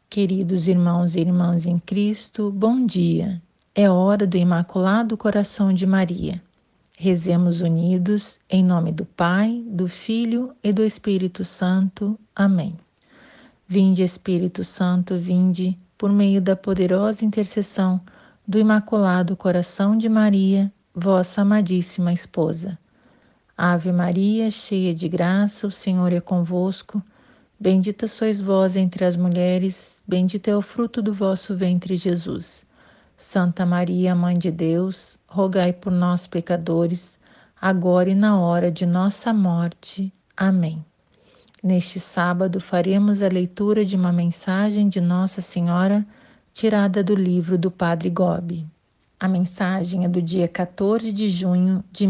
Queridos irmãos e irmãs em Cristo, bom dia. É hora do Imaculado Coração de Maria. Rezemos unidos em nome do Pai, do Filho e do Espírito Santo. Amém. Vinde, Espírito Santo, vinde, por meio da poderosa intercessão do Imaculado Coração de Maria, vossa amadíssima esposa. Ave Maria, cheia de graça, o Senhor é convosco. Bendita sois vós entre as mulheres, bendito é o fruto do vosso ventre, Jesus. Santa Maria, Mãe de Deus, rogai por nós, pecadores, agora e na hora de nossa morte. Amém. Neste sábado faremos a leitura de uma mensagem de Nossa Senhora, tirada do livro do Padre Gobi. A mensagem é do dia 14 de junho de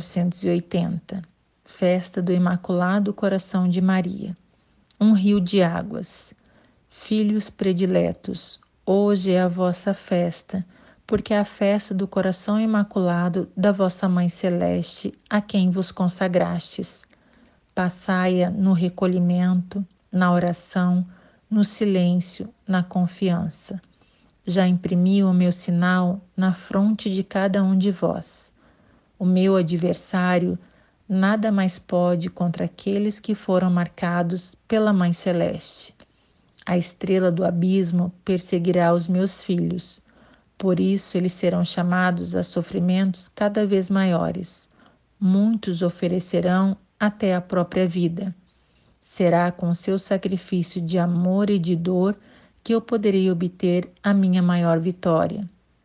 1980, festa do Imaculado Coração de Maria. Um rio de águas. Filhos prediletos, hoje é a vossa festa, porque é a festa do coração imaculado da vossa Mãe Celeste, a quem vos consagrastes. Passai-a no recolhimento, na oração, no silêncio, na confiança. Já imprimi o meu sinal na fronte de cada um de vós. O meu adversário nada mais pode contra aqueles que foram marcados pela Mãe Celeste. A estrela do abismo perseguirá os meus filhos, por isso eles serão chamados a sofrimentos cada vez maiores. Muitos oferecerão até a própria vida. Será com seu sacrifício de amor e de dor que eu poderei obter a minha maior vitória.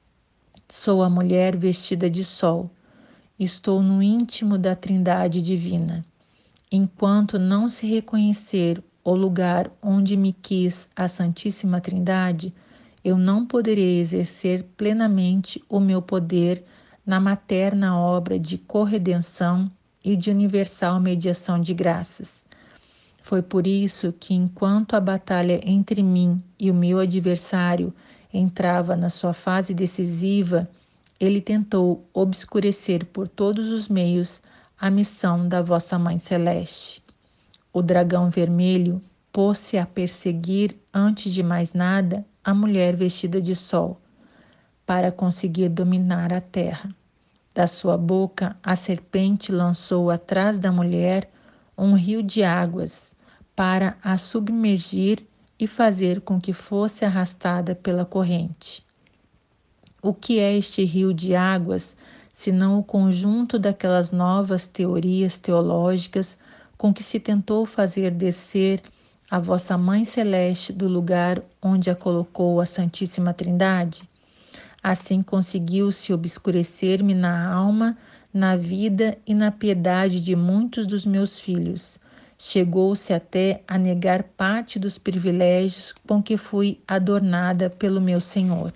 Sou a mulher vestida de sol. Estou no íntimo da Trindade Divina. Enquanto não se reconhecer o lugar onde me quis a Santíssima Trindade, eu não poderei exercer plenamente o meu poder na materna obra de corredenção e de universal mediação de graças. Foi por isso que, enquanto a batalha entre mim e o meu adversário entrava na sua fase decisiva, ele tentou obscurecer por todos os meios a missão da vossa Mãe Celeste. O dragão vermelho pôs-se a perseguir, antes de mais nada, a mulher vestida de sol, para conseguir dominar a terra. Da sua boca, a serpente lançou atrás da mulher um rio de águas, para a submergir e fazer com que fosse arrastada pela corrente. O que é este rio de águas, senão o conjunto daquelas novas teorias teológicas com que se tentou fazer descer a vossa Mãe Celeste do lugar onde a colocou a Santíssima Trindade? Assim conseguiu-se obscurecer-me na alma, na vida e na piedade de muitos dos meus filhos. Chegou-se até a negar parte dos privilégios com que fui adornada pelo meu Senhor.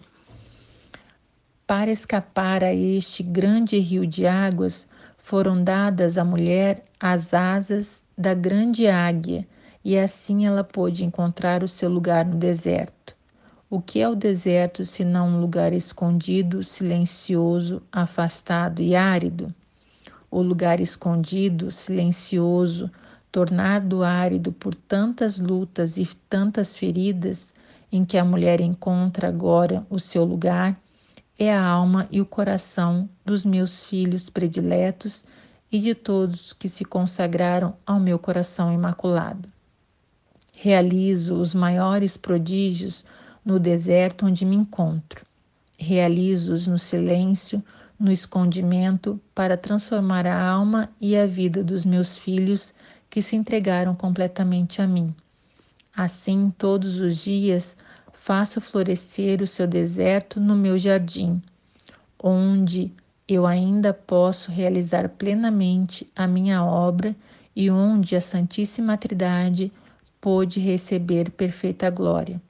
Para escapar a este grande rio de águas, foram dadas à mulher as asas da grande águia, e assim ela pôde encontrar o seu lugar no deserto. O que é o deserto senão um lugar escondido, silencioso, afastado e árido? O lugar escondido, silencioso, tornado árido por tantas lutas e tantas feridas, em que a mulher encontra agora o seu lugar, é a alma e o coração dos meus filhos prediletos e de todos que se consagraram ao meu coração imaculado. Realizo os maiores prodígios no deserto onde me encontro. Realizo-os no silêncio, no escondimento, para transformar a alma e a vida dos meus filhos que se entregaram completamente a mim. Assim, todos os dias, faço florescer o seu deserto no meu jardim, onde eu ainda posso realizar plenamente a minha obra e onde a Santíssima Trindade pôde receber perfeita glória.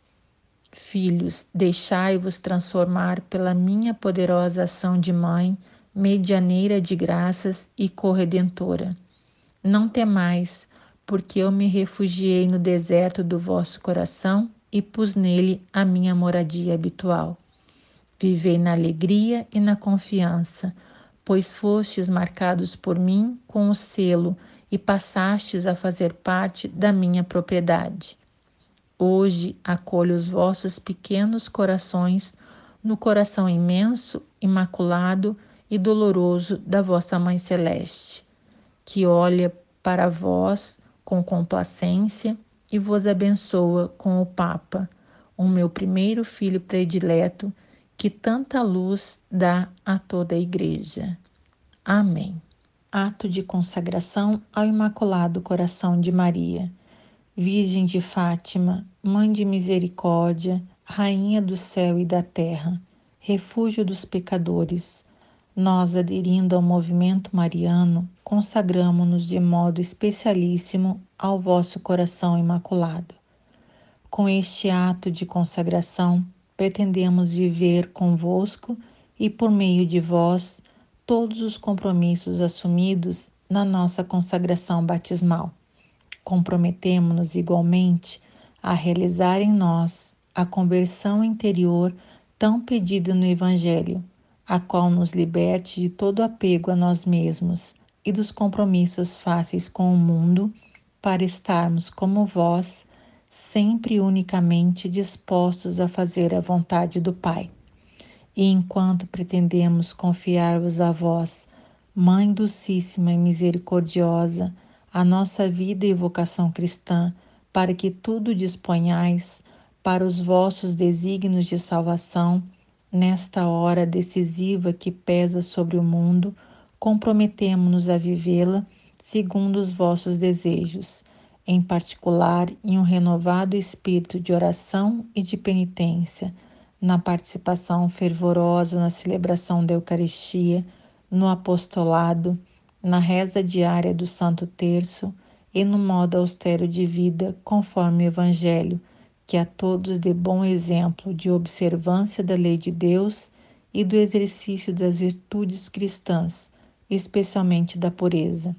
Filhos, deixai-vos transformar pela minha poderosa ação de mãe, medianeira de graças e corredentora. Não temais, porque eu me refugiei no deserto do vosso coração e pus nele a minha moradia habitual. Vivei na alegria e na confiança, pois fostes marcados por mim com o selo e passastes a fazer parte da minha propriedade. Hoje acolho os vossos pequenos corações no coração imenso, imaculado e doloroso da vossa Mãe Celeste, que olha para vós com complacência e vos abençoa com o Papa, o meu primeiro filho predileto, que tanta luz dá a toda a Igreja. Amém. Ato de consagração ao Imaculado Coração de Maria. Virgem de Fátima, Mãe de Misericórdia, Rainha do céu e da terra, refúgio dos pecadores, nós, aderindo ao movimento mariano, consagramo-nos de modo especialíssimo ao vosso coração imaculado. Com este ato de consagração, pretendemos viver convosco e, por meio de vós, todos os compromissos assumidos na nossa consagração batismal. Comprometemo-nos igualmente a realizar em nós a conversão interior tão pedida no Evangelho, a qual nos liberte de todo apego a nós mesmos e dos compromissos fáceis com o mundo, para estarmos como vós, sempre e unicamente dispostos a fazer a vontade do Pai. E enquanto pretendemos confiar-vos a vós, Mãe Docíssima e Misericordiosa, a nossa vida e vocação cristã, para que tudo disponhais para os vossos desígnios de salvação, nesta hora decisiva que pesa sobre o mundo, comprometemo-nos a vivê-la segundo os vossos desejos, em particular em um renovado espírito de oração e de penitência, na participação fervorosa na celebração da Eucaristia, no apostolado, na reza diária do Santo Terço e no modo austero de vida conforme o Evangelho, que a todos dê bom exemplo de observância da lei de Deus e do exercício das virtudes cristãs, especialmente da pureza.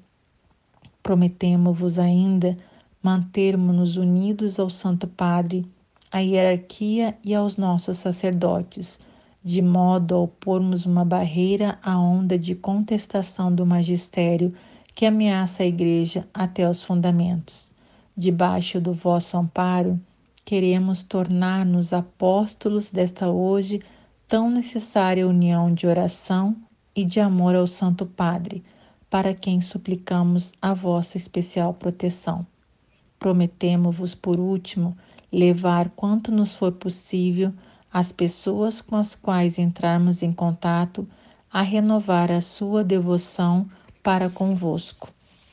Prometemo-vos ainda mantermos-nos unidos ao Santo Padre, à hierarquia e aos nossos sacerdotes, de modo a opormos uma barreira à onda de contestação do magistério que ameaça a Igreja até os fundamentos. Debaixo do vosso amparo, queremos tornar-nos apóstolos desta hoje tão necessária união de oração e de amor ao Santo Padre, para quem suplicamos a vossa especial proteção. Prometemo-vos, por último, levar quanto nos for possível as pessoas com as quais entrarmos em contato a renovar a sua devoção para convosco.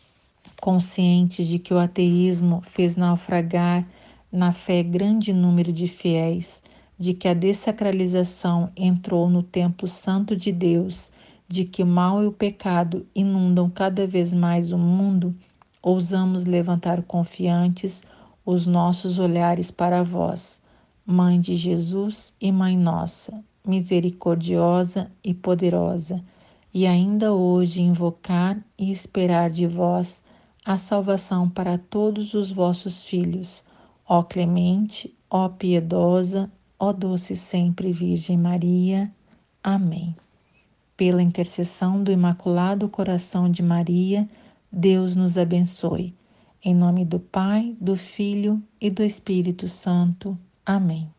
Conscientes de que o ateísmo fez naufragar na fé grande número de fiéis, de que a dessacralização entrou no templo santo de Deus, de que o mal e o pecado inundam cada vez mais o mundo, ousamos levantar confiantes os nossos olhares para vós, Mãe de Jesus e Mãe nossa, misericordiosa e poderosa, e ainda hoje invocar e esperar de vós a salvação para todos os vossos filhos, ó clemente, ó piedosa, ó doce sempre Virgem Maria. Amém. Pela intercessão do Imaculado Coração de Maria, Deus nos abençoe. Em nome do Pai, do Filho e do Espírito Santo. Amém.